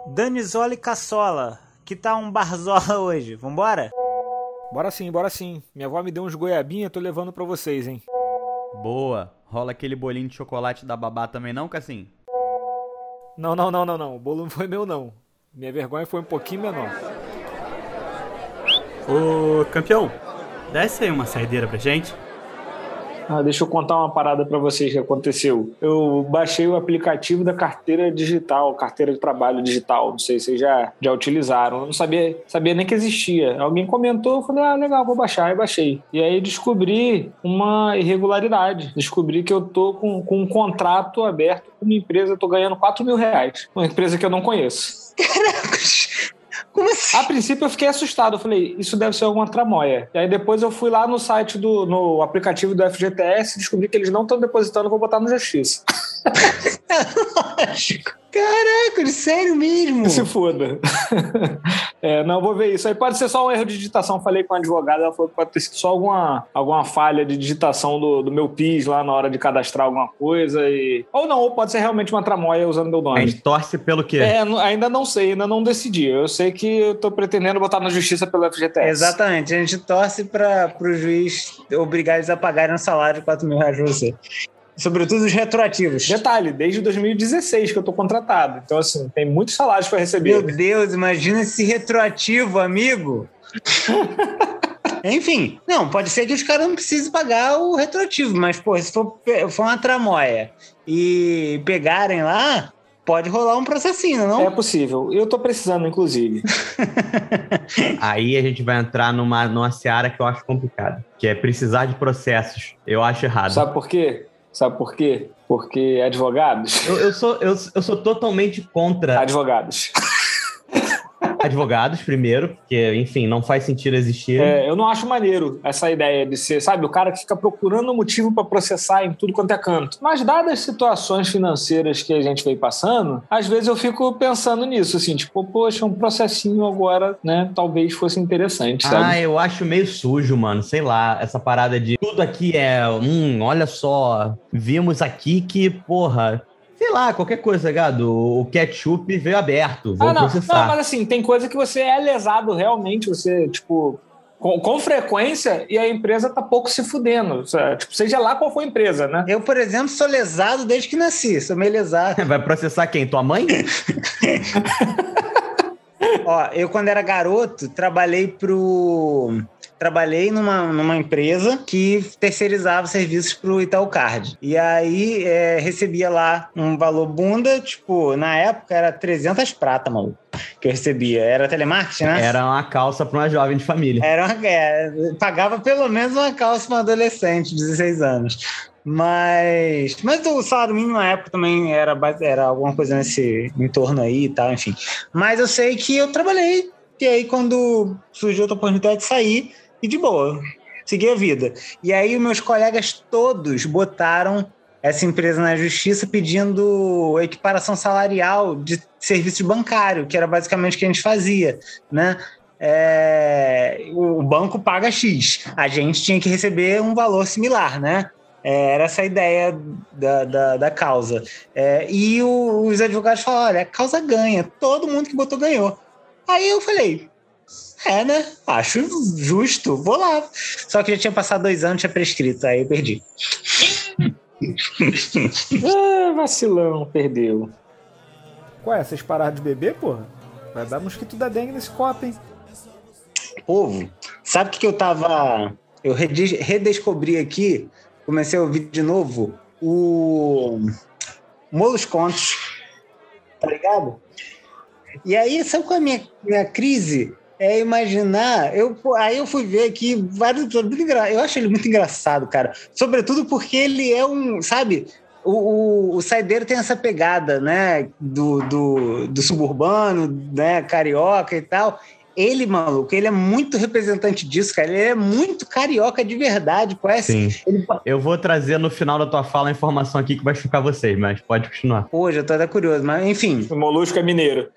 Danizola e Caçola, que tá um barzola hoje, vambora? Bora sim, bora sim. Minha avó me deu uns goiabinha, tô levando pra vocês, hein. Boa. Rola aquele bolinho de chocolate da babá também não, Cassim? Não. O bolo não foi meu, não. Minha vergonha foi um pouquinho menor. Ô, campeão, desce aí uma saideira pra gente. Deixa eu contar uma parada pra vocês que aconteceu. Eu baixei o aplicativo da carteira digital, carteira de trabalho digital. Não sei se vocês já utilizaram. Eu não sabia nem que existia. Alguém comentou, eu falei, legal, vou baixar. Aí baixei. E aí descobri uma irregularidade. Descobri que eu tô com um contrato aberto com uma empresa, eu tô ganhando R$4.000. Uma empresa que eu não conheço. Caracas! Como assim? A princípio eu fiquei assustado, eu falei, isso deve ser alguma tramóia. E aí depois eu fui lá no site no aplicativo do FGTS e descobri que eles não estão depositando, vou botar na justiça. Lógico. Caraca, sério mesmo? Se foda. Não, vou ver isso. Aí pode ser só um erro de digitação. Falei com a advogada, ela falou que pode ter sido só alguma falha de digitação do meu PIS lá na hora de cadastrar alguma coisa. Ou pode ser realmente uma tramóia usando meu nome. A gente torce pelo quê? Ainda não sei, ainda não decidi. Eu sei que eu tô pretendendo botar na justiça pelo FGTS. Exatamente, a gente torce para o juiz obrigar eles a pagarem um salário de R$4.000 pra você. Sobretudo os retroativos. Detalhe, desde 2016 que eu tô contratado. Então, assim, tem muitos salários para receber. Meu Deus, imagina esse retroativo, amigo. Enfim, não, pode ser que os caras não precisem pagar o retroativo, mas, pô, se for uma tramóia e pegarem lá, pode rolar um processinho, não? É possível. Eu tô precisando, inclusive. Aí a gente vai entrar numa seara que eu acho complicada, que é precisar de processos. Eu acho errado. Sabe por quê? Porque advogados... Eu sou totalmente contra... Advogados. Advogados, primeiro, porque, enfim, não faz sentido existir. Eu não acho maneiro essa ideia de ser, sabe, o cara que fica procurando um motivo para processar em tudo quanto é canto. Mas dadas as situações financeiras que a gente vem passando, às vezes eu fico pensando nisso, assim, tipo, poxa, um processinho agora, né, talvez fosse interessante, sabe? Eu acho meio sujo, mano, sei lá, essa parada de tudo aqui olha só, vimos aqui que, porra... Sei lá, qualquer coisa, gado. O ketchup veio aberto, vou processar. Não, mas assim, tem coisa que você é lesado realmente, você, tipo, com frequência, e a empresa tá pouco se fudendo. Tipo, seja lá qual for a empresa, né? Eu, por exemplo, sou lesado desde que nasci, sou meio lesado. Vai processar quem? Tua mãe? Ó, eu quando era garoto, trabalhei numa empresa que terceirizava serviços pro Itaúcard. E aí recebia lá um valor bunda, tipo, na época era 300 prata, maluco, que eu recebia. Era telemarketing, né? Era uma calça pra uma jovem de família. Pagava pelo menos uma calça pra um adolescente de 16 anos. Mas o salário mínimo na época também era alguma coisa nesse entorno aí e tal, enfim. Mas eu sei que eu trabalhei, e aí quando surgiu outra oportunidade de sair, e de boa, segui a vida. E aí meus colegas todos botaram essa empresa na justiça pedindo equiparação salarial de serviço bancário, que era basicamente o que a gente fazia, né? O banco paga X, a gente tinha que receber um valor similar, né? Era essa a ideia da causa. E os advogados falaram, olha, a causa ganha, todo mundo que botou ganhou. Aí eu falei... né? Acho justo, vou lá. Só que já tinha passado 2 anos, tinha prescrito, aí eu perdi. Vacilão, perdeu. Ué, vocês pararam de beber, porra? Vai dar mosquito da dengue nesse copo, hein? Povo, sabe o que eu tava... Eu redescobri aqui, comecei a ouvir de novo o Molos Contos, tá ligado? E aí, sabe qual é a minha crise? É imaginar... Aí eu fui ver aqui vários episódios muito engraçados. Eu acho ele muito engraçado, cara. Sobretudo porque ele é sabe... O saideiro tem essa pegada, né? Do suburbano, né? Carioca e tal. Ele, maluco, ele é muito representante disso, cara. Ele é muito carioca de verdade, conhece? Sim. Eu vou trazer no final da tua fala a informação aqui que vai chocar vocês, mas pode continuar. Pô, já tô até curioso, mas enfim. O Molusco é mineiro.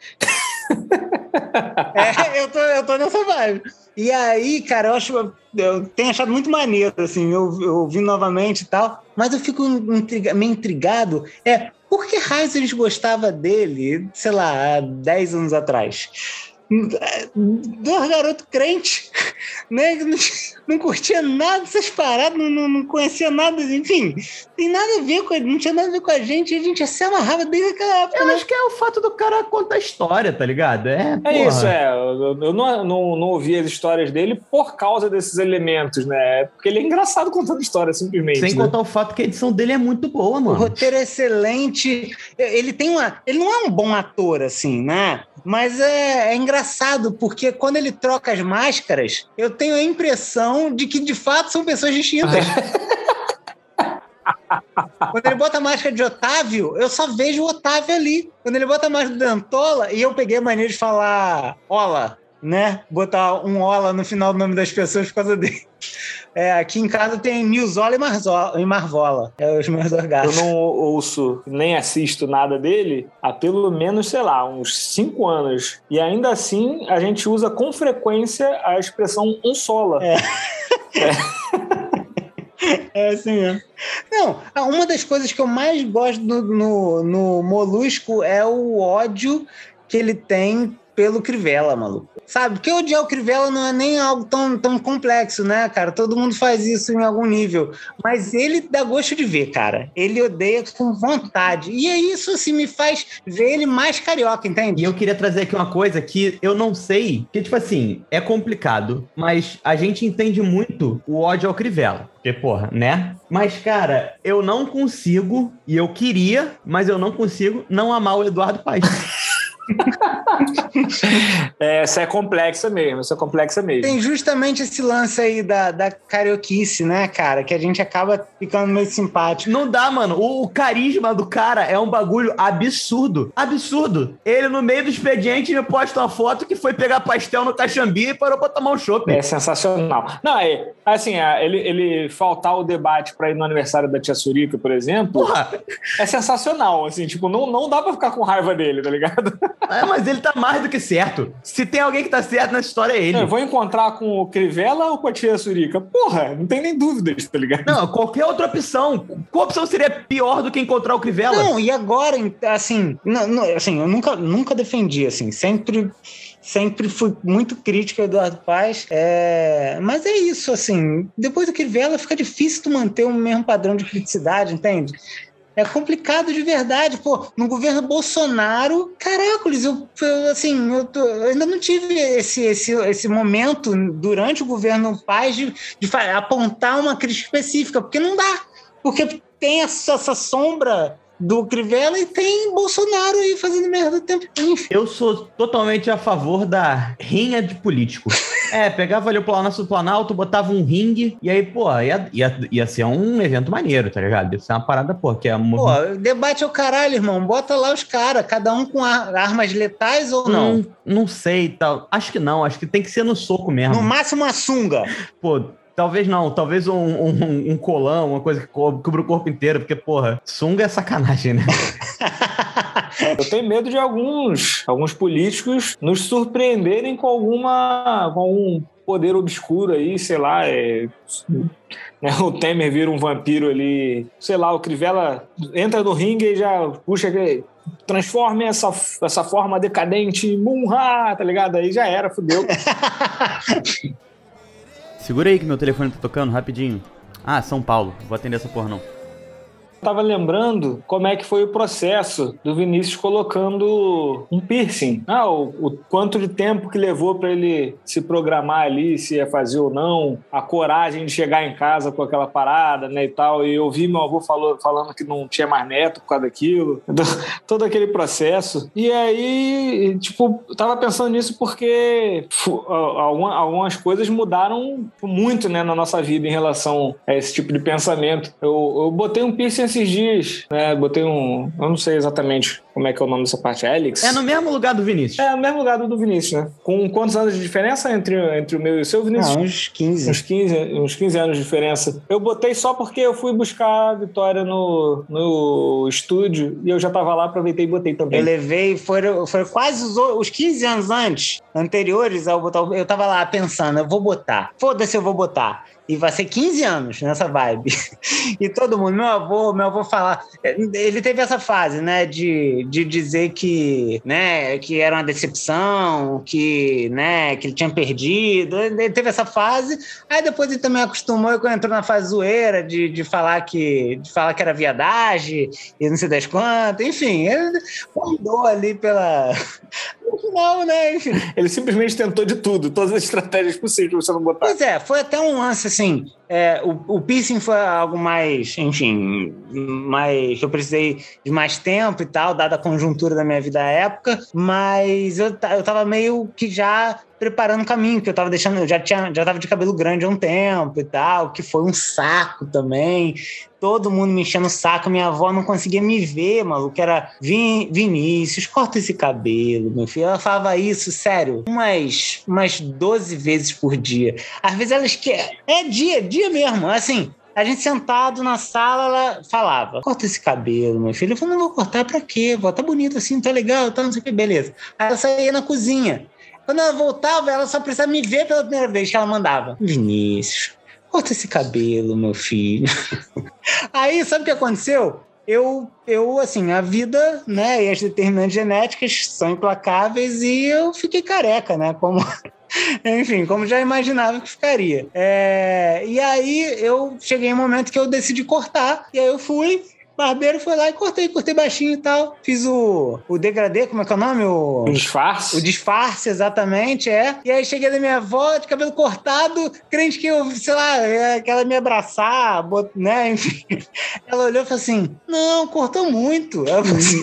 Eu tô nessa vibe. E aí, cara, eu tenho achado muito maneiro, assim, eu ouvi novamente e tal, mas eu fico meio intrigado. por que raios a gente gostava dele, sei lá, há 10 anos atrás? Dois garotos crentes, né? Não curtia nada dessas paradas, não conhecia nada, enfim, tem nada a ver com ele, não tinha nada a ver com a gente se amarrava desde aquela época. Eu acho que é o fato do cara contar a história, tá ligado? Isso, eu não ouvi as histórias dele por causa desses elementos, né? Porque ele é engraçado contando história, simplesmente. Sem contar o fato que a edição dele é muito boa, mano. O roteiro é excelente, ele não é um bom ator, assim, né? Mas é engraçado, porque quando ele troca as máscaras, eu tenho a impressão de que, de fato, são pessoas distintas. Quando ele bota a máscara de Otávio, eu só vejo o Otávio ali. Quando ele bota a máscara do Dantola, e eu peguei a mania de falar Ola, né? Botar um Ola no final do nome das pessoas por causa dele. Aqui em casa tem Nilzola e Marvola. Os meus dois gatos. Eu não ouço nem assisto nada dele há pelo menos, sei lá, uns 5 anos. E ainda assim, a gente usa com frequência a expressão um sola. É assim mesmo. Não, uma das coisas que eu mais gosto no Molusco é o ódio que ele tem pelo Crivella, maluco. Sabe? Porque odiar o Crivella não é nem algo tão complexo, né, cara? Todo mundo faz isso em algum nível. Mas ele dá gosto de ver, cara. Ele odeia com vontade. E é isso, assim, me faz ver ele mais carioca, entende? E eu queria trazer aqui uma coisa que eu não sei, que, tipo assim, é complicado, mas a gente entende muito o ódio ao Crivella. Porque, porra, né? Mas, cara, eu não consigo, e eu queria, mas eu não consigo não amar o Eduardo Paes. Essa é complexa mesmo. Tem justamente esse lance aí da carioquice, né, cara? Que a gente acaba ficando meio simpático. Não dá, mano. O carisma do cara é um bagulho absurdo. Absurdo. Ele, no meio do expediente, me posta uma foto que foi pegar pastel no Caxambi e parou pra tomar um chopp. É sensacional. Não, assim, ele faltar o debate pra ir no aniversário da tia Surica, por exemplo, porra, é sensacional. Assim, tipo, não dá pra ficar com raiva dele, tá ligado? Mas ele tá mais do que certo. Se tem alguém que tá certo nessa história, é ele. Eu vou encontrar com o Crivella ou com a tia Surica? Porra, não tem nem dúvidas, tá ligado? Não, qualquer outra opção. Qual opção seria pior do que encontrar o Crivella? Não, e agora, assim, assim, eu nunca defendi, assim, sempre fui muito crítico ao Eduardo Paes, mas é isso, assim, depois do Crivella fica difícil tu manter o mesmo padrão de criticidade, entende? É complicado de verdade, pô, no governo Bolsonaro, caracoles, eu ainda não tive esse momento durante o governo Paes de apontar uma crítica específica, porque não dá, porque tem essa sombra do Crivella e tem Bolsonaro aí fazendo merda o tempo. Eu sou totalmente a favor da rinha de político. Pegava ali o Palácio do Planalto, botava um ringue, e aí, pô, ia ser um evento maneiro, tá ligado? Ia ser uma parada, pô, que é... Pô, debate é o caralho, irmão. Bota lá os caras, cada um com armas letais ou não? Não sei, tal. Acho que não, acho que tem que ser no soco mesmo. No máximo uma sunga. Pô, talvez não, talvez um colão, uma coisa que cubra o corpo inteiro, porque, porra, sunga é sacanagem, né? Eu tenho medo de alguns políticos nos surpreenderem com algum poder obscuro aí, sei lá, né, o Temer vira um vampiro ali, sei lá, o Crivella entra no ringue e já puxa, transforma essa forma decadente, Munha, tá ligado? Aí já era, fudeu. Segura aí que meu telefone tá tocando rapidinho. São Paulo. Vou atender essa porra não. Tava lembrando como é que foi o processo do Vinícius colocando um piercing. O quanto de tempo que levou para ele se programar ali, se ia fazer ou não, a coragem de chegar em casa com aquela parada, né, e tal. E eu ouvi meu avô falando que não tinha mais neto por causa daquilo. Todo aquele processo. E aí, tipo, eu tava pensando nisso porque algumas coisas mudaram muito, né, na nossa vida em relação a esse tipo de pensamento. Eu botei um piercing esses dias, né? Botei eu não sei exatamente como é que é o nome dessa parte, Helix. É no mesmo lugar do Vinícius. É no mesmo lugar do Vinícius, né? Com quantos anos de diferença entre o meu e o seu, Vinícius? Uns 15. Uns 15 anos de diferença. Eu botei só porque eu fui buscar a Vitória no estúdio e eu já tava lá, aproveitei e botei também. Eu levei, foram quase os 15 anos antes. anteriores ao botar, eu tava lá pensando, eu vou botar. Foda-se, eu vou botar. E vai ser 15 anos nessa vibe. E todo mundo, meu avô falar... Ele teve essa fase, né, de dizer que, né, que era uma decepção, que, né, que ele tinha perdido. Ele teve essa fase. Aí depois ele também acostumou e entrou na fase zoeira de falar que era viadagem e não sei das quantas. Enfim, ele andou ali pela... No final, né, enfim. Ele simplesmente tentou de tudo, todas as estratégias possíveis pra você não botar. Pois é, foi até um lance assim. O piercing foi algo mais, enfim, mais. Eu precisei de mais tempo e tal, dada a conjuntura da minha vida à época, mas eu tava meio que já preparando o caminho, porque eu tava deixando, já tava de cabelo grande há um tempo e tal, que foi um saco também. Todo mundo me enchendo o saco, minha avó não conseguia me ver, maluco, era Vinícius, corta esse cabelo, meu filho. Ela falava isso, sério, umas 12 vezes por dia. Às vezes elas dia mesmo, assim. A gente sentado na sala, ela falava, corta esse cabelo, meu filho. Eu falei, não vou cortar, pra quê? Vó, tá bonito assim, tá legal, tá não sei o que, beleza. Aí ela saía na cozinha. Quando ela voltava, ela só precisava me ver pela primeira vez que ela mandava. Vinícius, corta esse cabelo, meu filho. Aí, sabe o que aconteceu? Eu, assim, a vida, né, e as determinantes genéticas são implacáveis e eu fiquei careca, né, enfim, como já imaginava que ficaria. E aí, eu cheguei em um momento que eu decidi cortar, e aí eu fui... barbeiro foi lá e cortei baixinho e tal. Fiz o degradê, como é que é o nome? O disfarce? O disfarce, exatamente, E aí cheguei da minha avó, de cabelo cortado, crente que eu, sei lá, que ela me abraçar, né, enfim. Ela olhou e falou assim, não, cortou muito. Ela falou assim...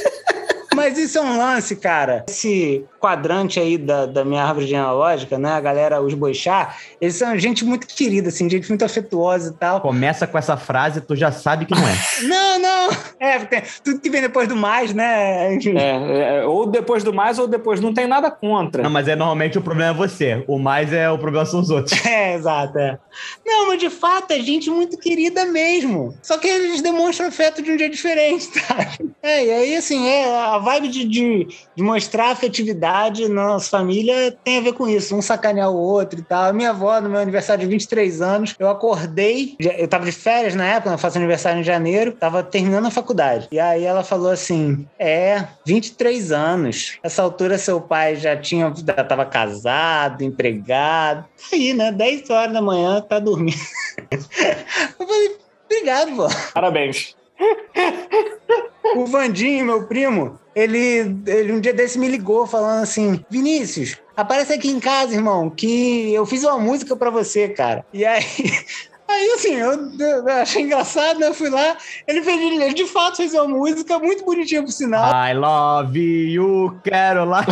Mas isso é um lance, cara. Esse quadrante aí da minha árvore genealógica, né? A galera, os Boixá, eles são gente muito querida, assim, gente muito afetuosa e tal. Começa com essa frase, tu já sabe que não é. Não. Tudo que vem depois do mais, né? Ou depois do mais, ou depois. Não tem nada contra. Não, mas normalmente o problema é você. O mais o problema são os outros. Exato, Não, mas de fato é gente muito querida mesmo. Só que eles demonstram afeto de um dia diferente, tá? E aí, assim, a vibe de mostrar afetividade na nossa família tem a ver com isso, um sacanear o outro e tal. A minha avó, no meu aniversário de 23 anos, eu acordei, eu tava de férias na época, eu faço aniversário em janeiro, tava terminando a faculdade. E aí ela falou assim, 23 anos, essa altura seu pai já tava casado, empregado, aí, né, 10 horas da manhã, tá dormindo. Eu falei, obrigado, vó. Parabéns. O Vandinho, meu primo, ele um dia desse me ligou falando assim, Vinícius, aparece aqui em casa, irmão, que eu fiz uma música pra você, cara. E aí assim, eu achei engraçado, né? Eu fui lá, ele de fato fez uma música muito bonitinha por sinal. I love you, quero lá.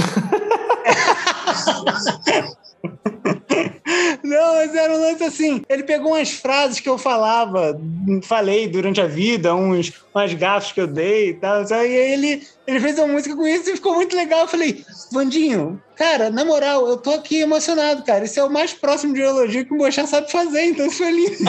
Não, mas era um lance assim. Ele pegou umas frases que eu falei durante a vida, umas gafes que eu dei e tal. E aí ele fez uma música com isso e ficou muito legal. Eu falei, Vandinho, cara, na moral, eu tô aqui emocionado, cara. Isso é o mais próximo de elogio que o Boixá sabe fazer, então isso foi lindo.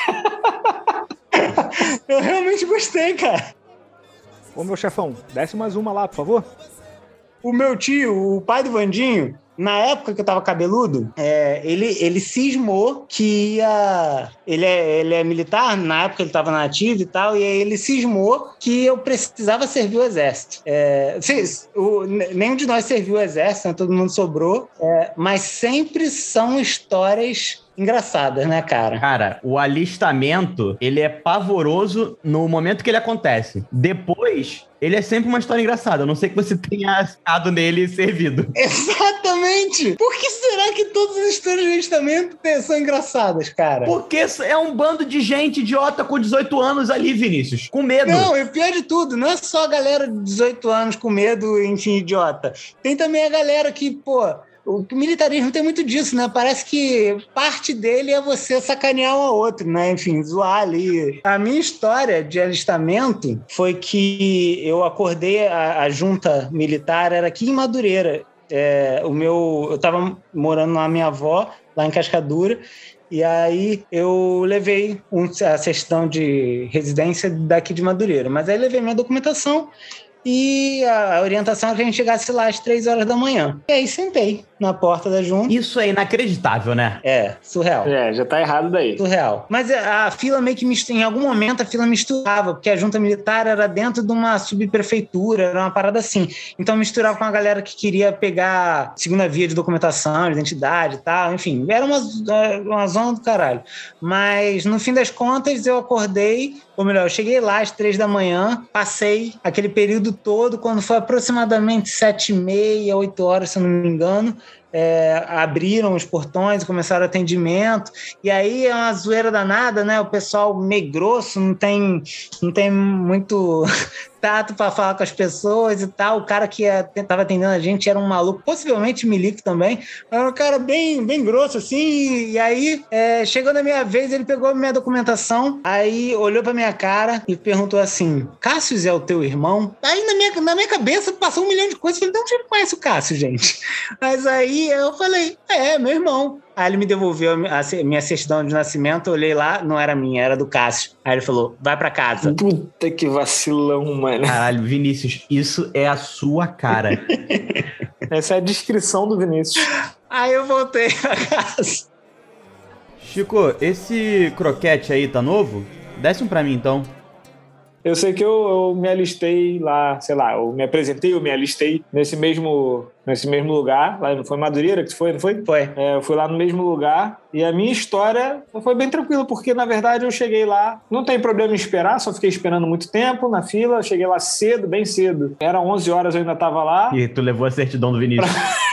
Eu realmente gostei, cara. Ô, meu chefão, desce mais uma lá, por favor. O meu tio, o pai do Vandinho, na época que eu tava cabeludo, ele cismou que ia... Ele é militar, na época ele tava na ativa e tal, e aí ele cismou que eu precisava servir o exército. Nenhum de nós serviu o exército, né, todo mundo sobrou, mas sempre são histórias engraçadas, né, cara? Cara, o alistamento, ele é pavoroso no momento que ele acontece. Depois, ele é sempre uma história engraçada. A não ser que você tenha ficado nele e servido. Exatamente! Por que será que todas as histórias de alistamento são engraçadas, cara? Porque é um bando de gente idiota com 18 anos ali, Vinícius. Com medo. Não, e o pior de tudo, não é só a galera de 18 anos com medo, enfim, idiota. Tem também a galera que, o militarismo tem muito disso, né? Parece que parte dele é você sacanear um ao outro, né? Enfim, zoar ali. A minha história de alistamento foi que eu acordei, a junta militar era aqui em Madureira. Eu tava morando na minha avó, lá em Cascadura, e aí eu levei a certidão de residência daqui de Madureira. Mas aí levei minha documentação e a orientação é que a gente chegasse lá às 3 horas da manhã. E aí sentei. na porta da junta. Isso é inacreditável, né? É, surreal. Já tá errado daí. Surreal. Mas a fila meio que em algum momento a fila misturava, porque a junta militar era dentro de uma subprefeitura, era uma parada assim. Então misturava com a galera que queria pegar segunda via de documentação, de identidade e tal, enfim, era uma zona do caralho. Mas no fim das contas eu acordei, ou melhor, eu cheguei lá às 3 da manhã, passei aquele período todo, quando foi aproximadamente 7h30, 8 horas, se eu não me engano, abriram os portões, começaram o atendimento, e aí é uma zoeira danada, né? O pessoal meio grosso, não tem muito tato para falar com as pessoas e tal. O cara que tava atendendo a gente era um maluco, possivelmente milico também, era um cara bem, bem grosso, assim, e aí, chegou na minha vez, ele pegou a minha documentação, aí olhou pra minha cara e perguntou assim, Cássio é o teu irmão? Aí na minha cabeça passou 1 milhão de coisas, eu falei, de onde ele conhece o Cássio, gente? Mas aí eu falei, meu irmão. Aí ele me devolveu a minha certidão de nascimento, eu olhei lá, não era minha, era do Cássio. Aí ele falou, vai pra casa. Puta que vacilão, mano. Caralho, Vinícius, isso é a sua cara. Essa é a descrição do Vinícius. Aí eu voltei pra casa. Chico, esse croquete aí tá novo? Desce um pra mim, então. Eu sei que eu me alistei lá, sei lá, eu me alistei nesse mesmo lugar, lá não foi Madureira que foi, não foi? Foi. Eu fui lá no mesmo lugar e a minha história foi bem tranquila, porque na verdade eu cheguei lá, não tem problema em esperar, só fiquei esperando muito tempo na fila, eu cheguei lá cedo, bem cedo, era 11 horas, eu ainda tava lá. E tu levou a certidão do Vinícius.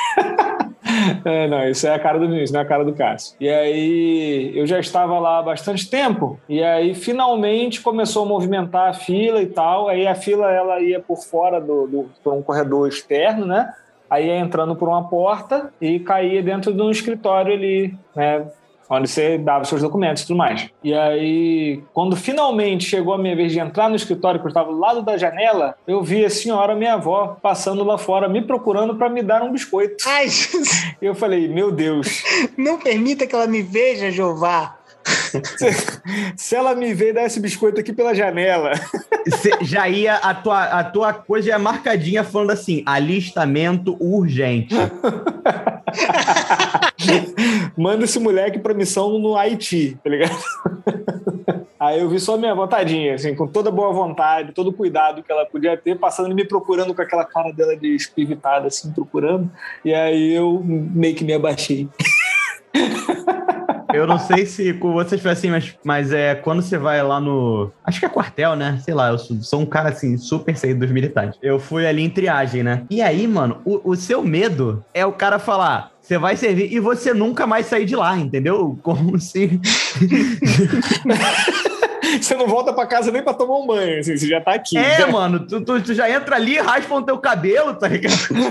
Não, isso é a cara do Vinícius, não é a cara do Cássio. E aí eu já estava lá há bastante tempo, e aí finalmente começou a movimentar a fila e tal, aí a fila ela ia por fora por um corredor externo, né? Aí ia entrando por uma porta e caía dentro de um escritório ali, né? Onde você dava seus documentos e tudo mais. E aí, quando finalmente chegou a minha vez de entrar no escritório, que eu estava do lado da janela, eu vi a senhora, minha avó, passando lá fora, me procurando para me dar um biscoito. Ai, Jesus. Eu falei, meu Deus. Não permita que ela me veja, Jeová. Se ela me ver dar esse biscoito aqui pela janela... Já ia, a tua coisa já é marcadinha falando assim, alistamento urgente. Manda esse moleque pra missão no Haiti, tá ligado? Aí eu vi só minha avó, tadinha, assim, com toda boa vontade, todo o cuidado que ela podia ter, passando e me procurando com aquela cara dela de espivitada, assim, procurando. E aí eu meio que me abaixei. Eu não sei se com vocês foi assim, mas quando você vai lá no... Acho que é quartel, né? Sei lá, eu sou um cara, assim, super saído dos militares. Eu fui ali em triagem, né? E aí, mano, o seu medo é o cara falar... Você vai servir e você nunca mais sair de lá, entendeu? Como se... Você não volta pra casa nem pra tomar um banho, assim, você já tá aqui. Mano, tu já entra ali, raspa o teu cabelo, tá ligado?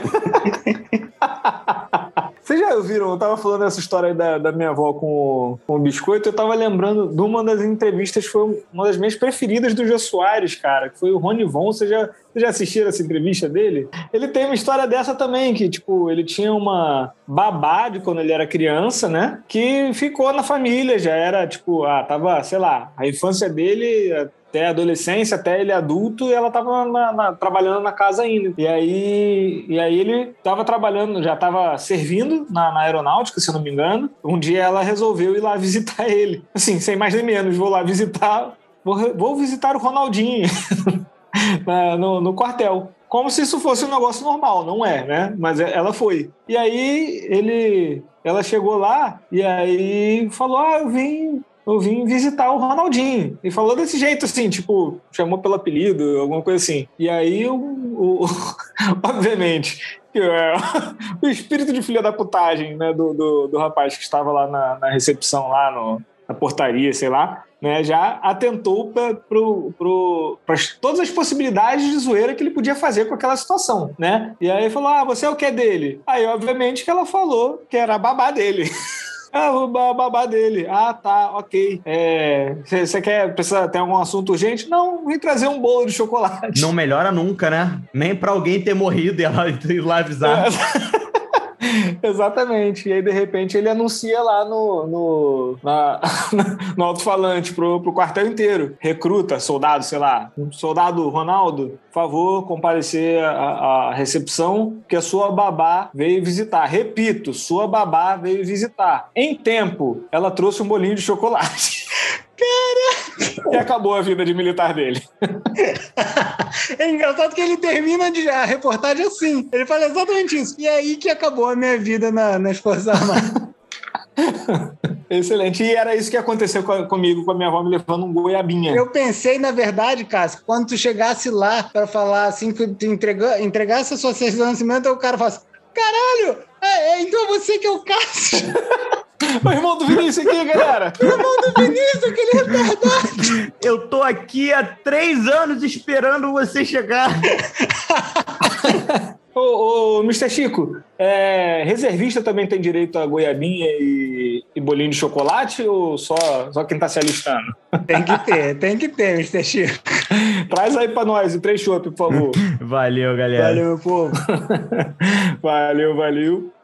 Vocês já ouviram? Eu tava falando essa história aí da minha avó com o biscoito, eu tava lembrando de uma das entrevistas, foi uma das minhas preferidas do Jô Soares, cara, que foi o Rony Von. Vocês já assistiram essa entrevista dele? Ele tem uma história dessa também, que, tipo, ele tinha uma babá de quando ele era criança, né? Que ficou na família, já era, tipo, tava, sei lá, a infância dele... até a adolescência, até ele adulto, e ela estava trabalhando na casa ainda. E aí ele estava trabalhando, já estava servindo na aeronáutica, se eu não me engano. Um dia ela resolveu ir lá visitar ele. Assim, sem mais nem menos, vou lá visitar, vou visitar o Ronaldinho no quartel. Como se isso fosse um negócio normal, não é, né? Mas ela foi. E aí ela chegou lá e aí falou, eu vim visitar o Ronaldinho. E falou desse jeito, assim, tipo, chamou pelo apelido, alguma coisa assim. E aí, obviamente, o espírito de filha da putagem, né, do rapaz que estava lá na recepção, lá na portaria, sei lá, né, já atentou para todas as possibilidades de zoeira que ele podia fazer com aquela situação, né? E aí falou, você é o que dele? Aí, obviamente, que ela falou que era a babá dele. O babá dele. Tá, ok. Você precisa ter algum assunto urgente? Não, vim trazer um bolo de chocolate. Não melhora nunca, né? Nem pra alguém ter morrido e ela ir lá avisar. Exatamente. E aí, de repente, ele anuncia lá no alto-falante pro quartel inteiro. Recruta, soldado, sei lá. Soldado Ronaldo, por favor, comparecer à recepção que a sua babá veio visitar. Repito, sua babá veio visitar. Em tempo, ela trouxe um bolinho de chocolate. Caraca! E acabou a vida de militar dele. É engraçado que ele termina a reportagem assim. Ele fala exatamente isso. E é aí que acabou a minha vida nas Forças Armadas. Excelente. E era isso que aconteceu comigo, com a minha avó me levando um goiabinha. Eu pensei, na verdade, Cássio, quando tu chegasse lá pra falar assim, que tu entregasse a sua certidão de nascimento, aí o cara fala assim, caralho, então você que é o Cássio. O irmão do Vinícius aqui, galera. O irmão do Vinícius, aquele retardado. Eu tô aqui há 3 anos esperando você chegar. Ô, Mr. Chico, reservista também tem direito a goiabinha e bolinho de chocolate ou só quem tá se alistando? Tem que ter, Mr. Chico. Traz aí pra nós o 3 chopp, por favor. Valeu, galera. Valeu, meu povo. Valeu.